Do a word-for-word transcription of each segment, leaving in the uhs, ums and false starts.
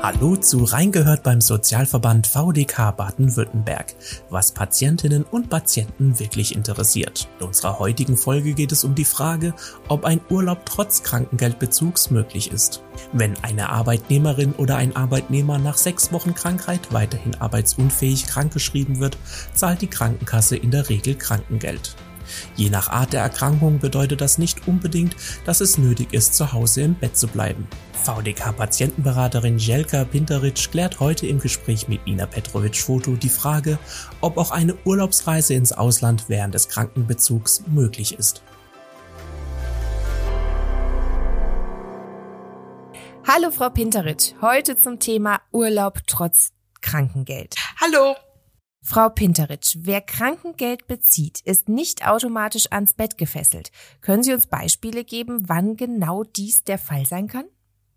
Hallo zu Reingehört beim Sozialverband V D K Baden-Württemberg, was Patientinnen und Patienten wirklich interessiert. In unserer heutigen Folge geht es um die Frage, ob ein Urlaub trotz Krankengeldbezugs möglich ist. Wenn eine Arbeitnehmerin oder ein Arbeitnehmer nach sechs Wochen Krankheit weiterhin arbeitsunfähig krankgeschrieben wird, zahlt die Krankenkasse in der Regel Krankengeld. Je nach Art der Erkrankung bedeutet das nicht unbedingt, dass es nötig ist, zu Hause im Bett zu bleiben. V D K-Patientenberaterin Jelka Pinteric klärt heute im Gespräch mit Nina Petrovic-Foto die Frage, ob auch eine Urlaubsreise ins Ausland während des Krankenbezugs möglich ist. Hallo Frau Pinteric, heute zum Thema Urlaub trotz Krankengeld. Hallo. Frau Pinteric, wer Krankengeld bezieht, ist nicht automatisch ans Bett gefesselt. Können Sie uns Beispiele geben, wann genau dies der Fall sein kann?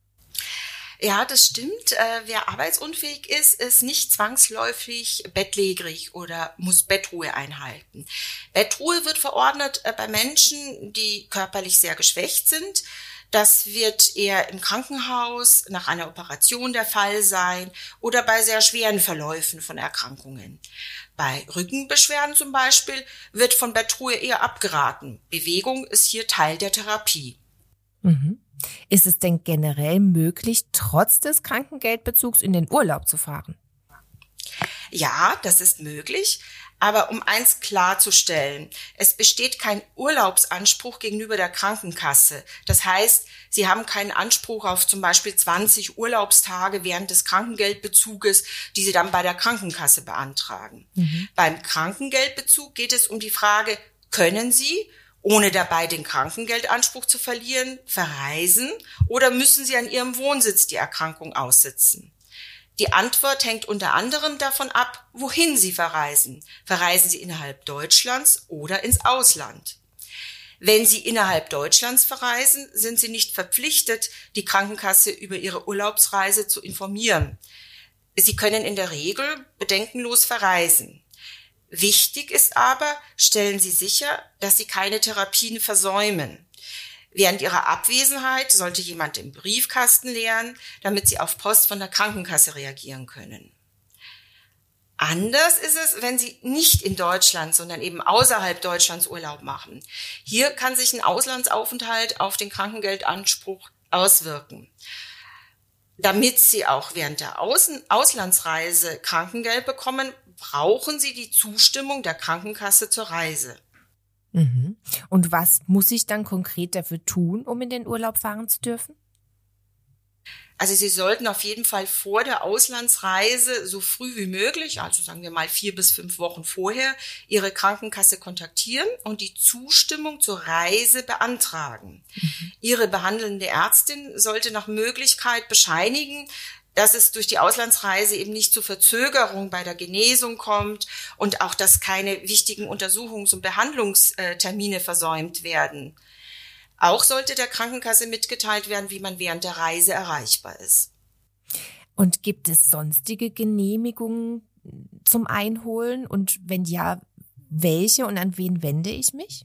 Ja, das stimmt. Äh, wer arbeitsunfähig ist, ist nicht zwangsläufig bettlägerig oder muss Bettruhe einhalten. Bettruhe wird verordnet äh, bei Menschen, die körperlich sehr geschwächt sind. Das wird eher im Krankenhaus nach einer Operation der Fall sein oder bei sehr schweren Verläufen von Erkrankungen. Bei Rückenbeschwerden zum Beispiel wird von Bettruhe eher abgeraten. Bewegung ist hier Teil der Therapie. Mhm. Ist es denn generell möglich, trotz des Krankengeldbezugs in den Urlaub zu fahren? Ja, das ist möglich. Aber um eins klarzustellen, es besteht kein Urlaubsanspruch gegenüber der Krankenkasse. Das heißt, Sie haben keinen Anspruch auf zum Beispiel zwanzig Urlaubstage während des Krankengeldbezuges, die Sie dann bei der Krankenkasse beantragen. Mhm. Beim Krankengeldbezug geht es um die Frage, können Sie, ohne dabei den Krankengeldanspruch zu verlieren, verreisen oder müssen Sie an Ihrem Wohnsitz die Erkrankung aussitzen? Die Antwort hängt unter anderem davon ab, wohin Sie verreisen. Verreisen Sie innerhalb Deutschlands oder ins Ausland? Wenn Sie innerhalb Deutschlands verreisen, sind Sie nicht verpflichtet, die Krankenkasse über Ihre Urlaubsreise zu informieren. Sie können in der Regel bedenkenlos verreisen. Wichtig ist aber, stellen Sie sicher, dass Sie keine Therapien versäumen. Während Ihrer Abwesenheit sollte jemand den Briefkasten leeren, damit Sie auf Post von der Krankenkasse reagieren können. Anders ist es, wenn Sie nicht in Deutschland, sondern eben außerhalb Deutschlands Urlaub machen. Hier kann sich ein Auslandsaufenthalt auf den Krankengeldanspruch auswirken. Damit Sie auch während der Außen- Auslandsreise Krankengeld bekommen, brauchen Sie die Zustimmung der Krankenkasse zur Reise. Mhm. Und was muss ich dann konkret dafür tun, um in den Urlaub fahren zu dürfen? Also Sie sollten auf jeden Fall vor der Auslandsreise so früh wie möglich, also sagen wir mal vier bis fünf Wochen vorher, Ihre Krankenkasse kontaktieren und die Zustimmung zur Reise beantragen. Mhm. Ihre behandelnde Ärztin sollte nach Möglichkeit bescheinigen, dass es durch die Auslandsreise eben nicht zu Verzögerung bei der Genesung kommt und auch, dass keine wichtigen Untersuchungs- und Behandlungstermine versäumt werden. Auch sollte der Krankenkasse mitgeteilt werden, wie man während der Reise erreichbar ist. Und gibt es sonstige Genehmigungen zum Einholen? Und wenn ja, welche und an wen wende ich mich?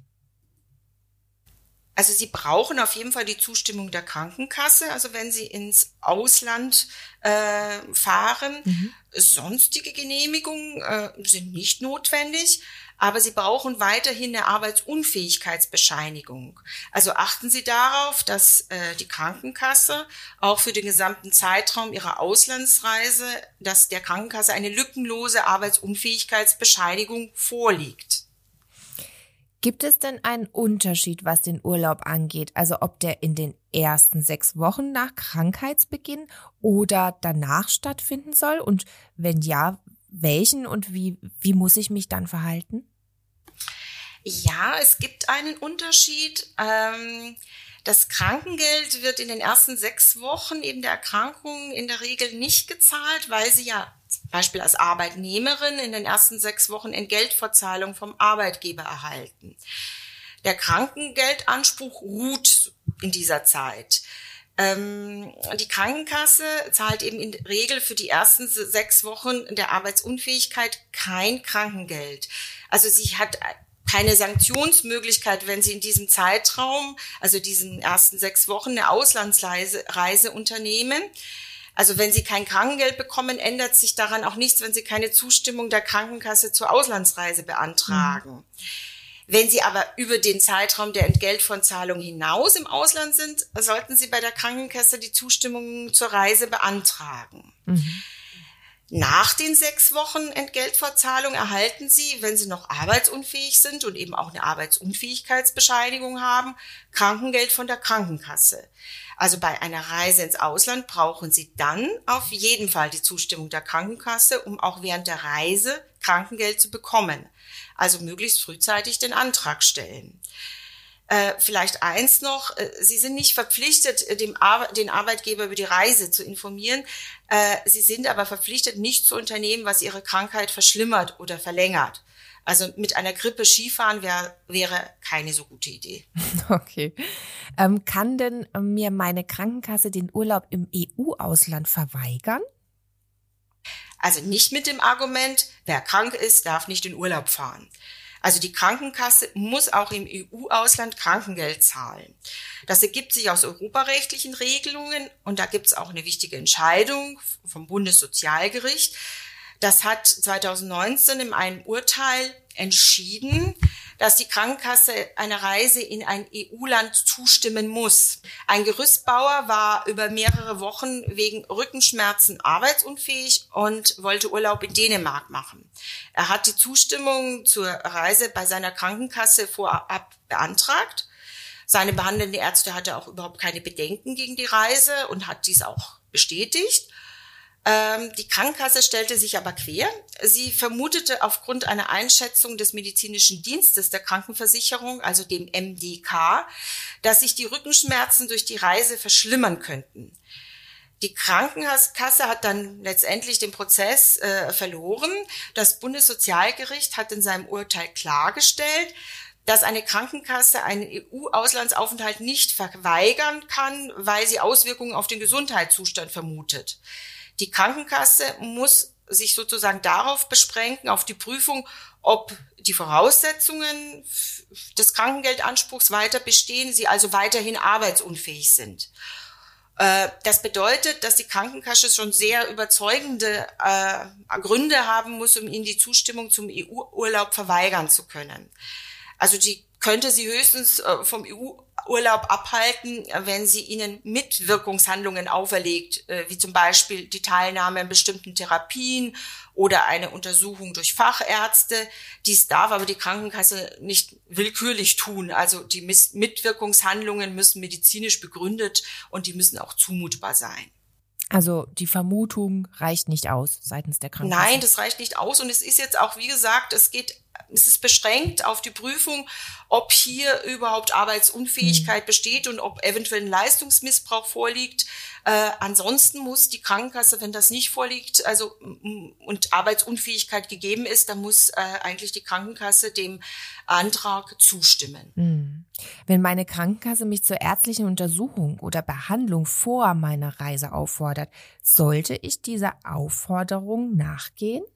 Also Sie brauchen auf jeden Fall die Zustimmung der Krankenkasse, also wenn Sie ins Ausland äh, fahren. Mhm. Sonstige Genehmigungen äh, sind nicht notwendig, aber Sie brauchen weiterhin eine Arbeitsunfähigkeitsbescheinigung. Also achten Sie darauf, dass äh, die Krankenkasse auch für den gesamten Zeitraum Ihrer Auslandsreise, dass der Krankenkasse eine lückenlose Arbeitsunfähigkeitsbescheinigung vorliegt. Gibt es denn einen Unterschied, was den Urlaub angeht? Also ob der in den ersten sechs Wochen nach Krankheitsbeginn oder danach stattfinden soll? Und wenn ja, welchen und wie, wie muss ich mich dann verhalten? Ja, es gibt einen Unterschied. Ähm Das Krankengeld wird in den ersten sechs Wochen eben der Erkrankung in der Regel nicht gezahlt, weil Sie ja zum Beispiel als Arbeitnehmerin in den ersten sechs Wochen Entgeltfortzahlung vom Arbeitgeber erhalten. Der Krankengeldanspruch ruht in dieser Zeit. Ähm, die Krankenkasse zahlt eben in der Regel für die ersten sechs Wochen der Arbeitsunfähigkeit kein Krankengeld. Also sie hat keine Sanktionsmöglichkeit, wenn Sie in diesem Zeitraum, also diesen ersten sechs Wochen, eine Auslandsreise Reise unternehmen. Also wenn Sie kein Krankengeld bekommen, ändert sich daran auch nichts, wenn Sie keine Zustimmung der Krankenkasse zur Auslandsreise beantragen. Mhm. Wenn Sie aber über den Zeitraum der Entgeltfortzahlung hinaus im Ausland sind, sollten Sie bei der Krankenkasse die Zustimmung zur Reise beantragen. Mhm. Nach den sechs Wochen Entgeltfortzahlung erhalten Sie, wenn Sie noch arbeitsunfähig sind und eben auch eine Arbeitsunfähigkeitsbescheinigung haben, Krankengeld von der Krankenkasse. Also bei einer Reise ins Ausland brauchen Sie dann auf jeden Fall die Zustimmung der Krankenkasse, um auch während der Reise Krankengeld zu bekommen. Also möglichst frühzeitig den Antrag stellen. Äh, vielleicht eins noch, äh, Sie sind nicht verpflichtet, dem Ar- den Arbeitgeber über die Reise zu informieren. Äh, Sie sind aber verpflichtet, nicht zu unternehmen, was Ihre Krankheit verschlimmert oder verlängert. Also mit einer Grippe Skifahren wär, wäre keine so gute Idee. Okay. Ähm, kann denn mir meine Krankenkasse den Urlaub im E U-Ausland verweigern? Also nicht mit dem Argument, wer krank ist, darf nicht in Urlaub fahren. Also die Krankenkasse muss auch im E U-Ausland Krankengeld zahlen. Das ergibt sich aus europarechtlichen Regelungen und da gibt es auch eine wichtige Entscheidung vom Bundessozialgericht. Das hat zwanzig neunzehn in einem Urteil entschieden, dass die Krankenkasse einer Reise in ein E U-Land zustimmen muss. Ein Gerüstbauer war über mehrere Wochen wegen Rückenschmerzen arbeitsunfähig und wollte Urlaub in Dänemark machen. Er hat die Zustimmung zur Reise bei seiner Krankenkasse vorab beantragt. Seine behandelnde Ärzte hatte auch überhaupt keine Bedenken gegen die Reise und hat dies auch bestätigt. Die Krankenkasse stellte sich aber quer. Sie vermutete aufgrund einer Einschätzung des medizinischen Dienstes der Krankenversicherung, also dem M D K, dass sich die Rückenschmerzen durch die Reise verschlimmern könnten. Die Krankenkasse hat dann letztendlich den Prozess äh, verloren. Das Bundessozialgericht hat in seinem Urteil klargestellt, dass eine Krankenkasse einen E U-Auslandsaufenthalt nicht verweigern kann, weil sie Auswirkungen auf den Gesundheitszustand vermutet. Die Krankenkasse muss sich sozusagen darauf beschränken, auf die Prüfung, ob die Voraussetzungen des Krankengeldanspruchs weiter bestehen, sie also weiterhin arbeitsunfähig sind. Das bedeutet, dass die Krankenkasse schon sehr überzeugende Gründe haben muss, um ihnen die Zustimmung zum E U-Urlaub verweigern zu können. Also die könnte sie höchstens vom E U-Urlaub abhalten, wenn sie ihnen Mitwirkungshandlungen auferlegt, wie zum Beispiel die Teilnahme an bestimmten Therapien oder eine Untersuchung durch Fachärzte. Dies darf aber die Krankenkasse nicht willkürlich tun. Also die Mitwirkungshandlungen müssen medizinisch begründet und die müssen auch zumutbar sein. Also die Vermutung reicht nicht aus seitens der Krankenkasse? Nein, das reicht nicht aus und es ist jetzt auch, wie gesagt, es geht Es ist beschränkt auf die Prüfung, ob hier überhaupt Arbeitsunfähigkeit mhm. besteht und ob eventuell ein Leistungsmissbrauch vorliegt. Äh, ansonsten muss die Krankenkasse, wenn das nicht vorliegt, also und Arbeitsunfähigkeit gegeben ist, dann muss äh, eigentlich die Krankenkasse dem Antrag zustimmen. Mhm. Wenn meine Krankenkasse mich zur ärztlichen Untersuchung oder Behandlung vor meiner Reise auffordert, sollte ich dieser Aufforderung nachgehen?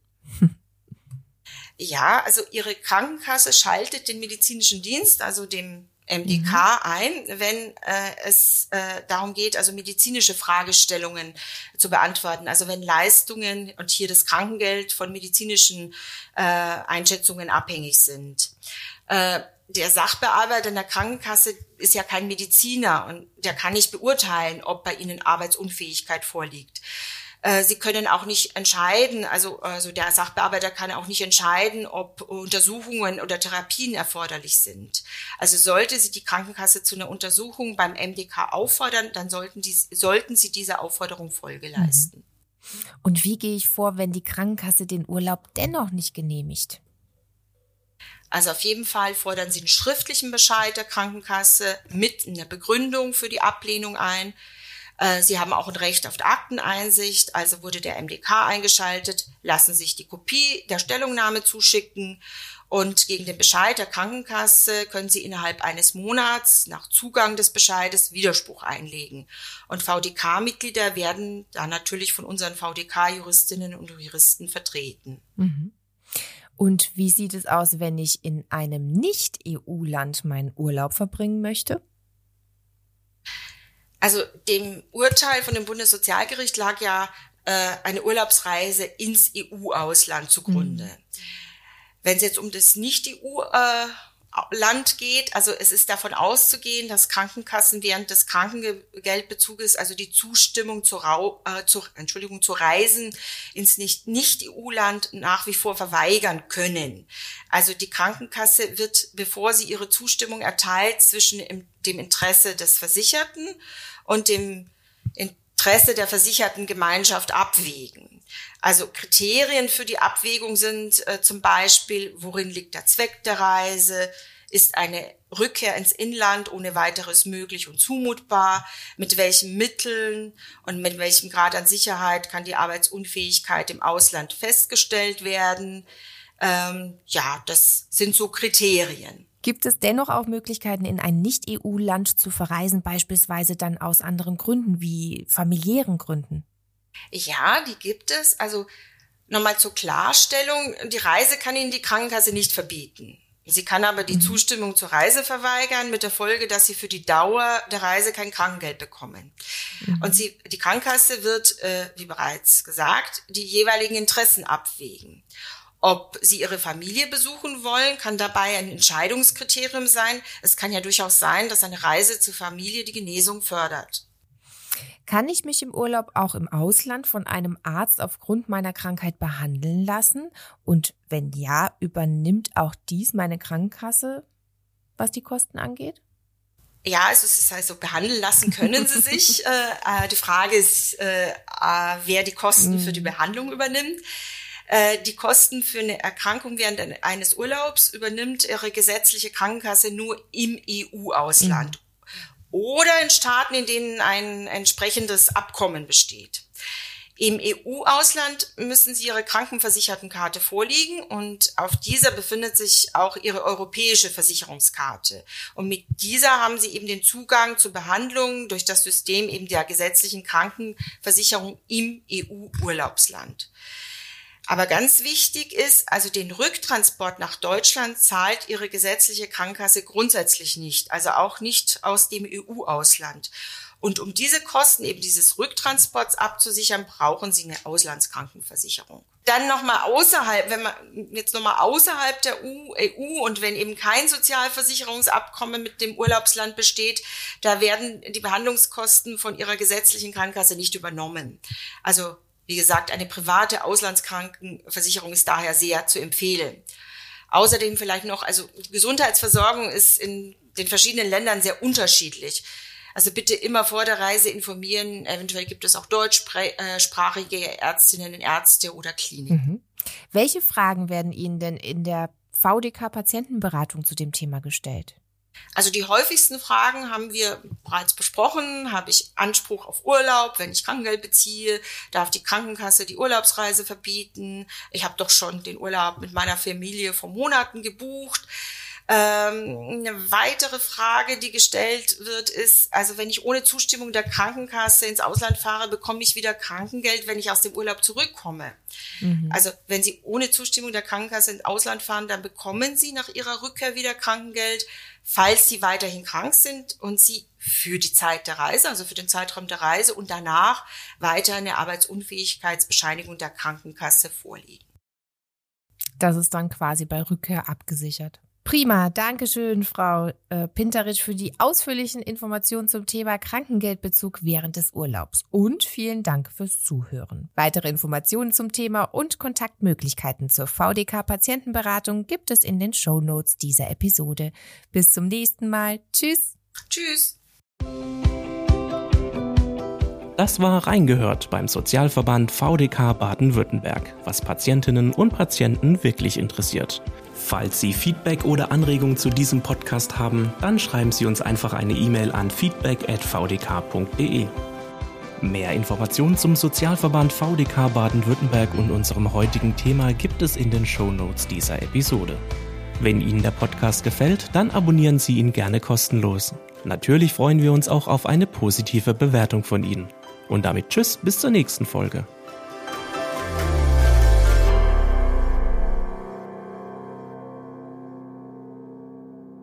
Ja, also Ihre Krankenkasse schaltet den medizinischen Dienst, also dem M D K, mhm. ein, wenn äh, es äh, darum geht, also medizinische Fragestellungen zu beantworten. Also wenn Leistungen und hier das Krankengeld von medizinischen äh, Einschätzungen abhängig sind. Äh, der Sachbearbeiter in der Krankenkasse ist ja kein Mediziner und der kann nicht beurteilen, ob bei Ihnen Arbeitsunfähigkeit vorliegt. Sie können auch nicht entscheiden, also, also der Sachbearbeiter kann auch nicht entscheiden, ob Untersuchungen oder Therapien erforderlich sind. Also sollte Sie die Krankenkasse zu einer Untersuchung beim M D K auffordern, dann sollten, die, sollten Sie dieser Aufforderung Folge leisten. Und wie gehe ich vor, wenn die Krankenkasse den Urlaub dennoch nicht genehmigt? Also auf jeden Fall fordern Sie einen schriftlichen Bescheid der Krankenkasse mit einer Begründung für die Ablehnung ein. Sie haben auch ein Recht auf Akteneinsicht, also wurde der M D K eingeschaltet, lassen sich die Kopie der Stellungnahme zuschicken und gegen den Bescheid der Krankenkasse können Sie innerhalb eines Monats nach Zugang des Bescheides Widerspruch einlegen. Und V D K-Mitglieder werden dann natürlich von unseren V D K-Juristinnen und Juristen vertreten. Mhm. Und wie sieht es aus, wenn ich in einem Nicht-E U-Land meinen Urlaub verbringen möchte? Also dem Urteil von dem Bundessozialgericht lag ja äh, eine Urlaubsreise ins E U-Ausland zugrunde. Mhm. Wenn es jetzt um das Nicht-E U-Land geht, also es ist davon auszugehen, dass Krankenkassen während des Krankengeldbezuges, also die Zustimmung zur, Rau, äh, zur, Entschuldigung, zu Reisen ins Nicht-E U-Land nach wie vor verweigern können. Also die Krankenkasse wird, bevor sie ihre Zustimmung erteilt, zwischen dem Interesse des Versicherten und dem Interesse der versicherten Gemeinschaft abwägen. Also Kriterien für die Abwägung sind äh, zum Beispiel, worin liegt der Zweck der Reise? Ist eine Rückkehr ins Inland ohne weiteres möglich und zumutbar? Mit welchen Mitteln und mit welchem Grad an Sicherheit kann die Arbeitsunfähigkeit im Ausland festgestellt werden? Ähm, ja, das sind so Kriterien. Gibt es dennoch auch Möglichkeiten, in ein Nicht-E U-Land zu verreisen, beispielsweise dann aus anderen Gründen, wie familiären Gründen? Ja, die gibt es. Also nochmal zur Klarstellung, die Reise kann Ihnen die Krankenkasse nicht verbieten. Sie kann aber die mhm. Zustimmung zur Reise verweigern, mit der Folge, dass Sie für die Dauer der Reise kein Krankengeld bekommen. Mhm. Und sie, die Krankenkasse wird, äh, wie bereits gesagt, die jeweiligen Interessen abwägen. Ob Sie Ihre Familie besuchen wollen, kann dabei ein Entscheidungskriterium sein. Es kann ja durchaus sein, dass eine Reise zur Familie die Genesung fördert. Kann ich mich im Urlaub auch im Ausland von einem Arzt aufgrund meiner Krankheit behandeln lassen? Und wenn ja, übernimmt auch dies meine Krankenkasse, was die Kosten angeht? Ja, also es ist also behandeln lassen können Sie sich. äh, die Frage ist, äh, wer die Kosten mhm. für die Behandlung übernimmt. Äh, die Kosten für eine Erkrankung während eines Urlaubs übernimmt Ihre gesetzliche Krankenkasse nur im E U-Ausland. Mhm. Oder in Staaten, in denen ein entsprechendes Abkommen besteht. Im E U-Ausland müssen Sie Ihre Krankenversichertenkarte vorlegen und auf dieser befindet sich auch Ihre europäische Versicherungskarte. Und mit dieser haben Sie eben den Zugang zur Behandlung durch das System eben der gesetzlichen Krankenversicherung im E U-Urlaubsland. Aber ganz wichtig ist, also den Rücktransport nach Deutschland zahlt Ihre gesetzliche Krankenkasse grundsätzlich nicht, also auch nicht aus dem E U-Ausland. Und um diese Kosten eben dieses Rücktransports abzusichern, brauchen Sie eine Auslandskrankenversicherung. Dann nochmal außerhalb, wenn man jetzt nochmal außerhalb der E U und wenn eben kein Sozialversicherungsabkommen mit dem Urlaubsland besteht, da werden die Behandlungskosten von Ihrer gesetzlichen Krankenkasse nicht übernommen. Also wie gesagt, eine private Auslandskrankenversicherung ist daher sehr zu empfehlen. Außerdem vielleicht noch, also Gesundheitsversorgung ist in den verschiedenen Ländern sehr unterschiedlich. Also bitte immer vor der Reise informieren. Eventuell gibt es auch deutschsprachige Ärztinnen und Ärzte oder Kliniken. Mhm. Welche Fragen werden Ihnen denn in der V D K-Patientenberatung zu dem Thema gestellt? Also die häufigsten Fragen haben wir bereits besprochen. Habe ich Anspruch auf Urlaub, wenn ich Krankengeld beziehe? Darf die Krankenkasse die Urlaubsreise verbieten? Ich habe doch schon den Urlaub mit meiner Familie vor Monaten gebucht. Ähm, eine weitere Frage, die gestellt wird, ist, also wenn ich ohne Zustimmung der Krankenkasse ins Ausland fahre, bekomme ich wieder Krankengeld, wenn ich aus dem Urlaub zurückkomme. Mhm. Also wenn Sie ohne Zustimmung der Krankenkasse ins Ausland fahren, dann bekommen Sie nach Ihrer Rückkehr wieder Krankengeld, falls Sie weiterhin krank sind und Sie für die Zeit der Reise, also für den Zeitraum der Reise und danach weiter eine Arbeitsunfähigkeitsbescheinigung der Krankenkasse vorlegen. Das ist dann quasi bei Rückkehr abgesichert. Prima, Dankeschön, Frau äh, Pinterich, für die ausführlichen Informationen zum Thema Krankengeldbezug während des Urlaubs. Und vielen Dank fürs Zuhören. Weitere Informationen zum Thema und Kontaktmöglichkeiten zur V D K-Patientenberatung gibt es in den Shownotes dieser Episode. Bis zum nächsten Mal. Tschüss. Tschüss. Das war Reingehört beim Sozialverband V D K Baden-Württemberg, was Patientinnen und Patienten wirklich interessiert. Falls Sie Feedback oder Anregungen zu diesem Podcast haben, dann schreiben Sie uns einfach eine E-Mail an feedback at v d k punkt d e. Mehr Informationen zum Sozialverband V D K Baden-Württemberg und unserem heutigen Thema gibt es in den Shownotes dieser Episode. Wenn Ihnen der Podcast gefällt, dann abonnieren Sie ihn gerne kostenlos. Natürlich freuen wir uns auch auf eine positive Bewertung von Ihnen. Und damit tschüss, bis zur nächsten Folge.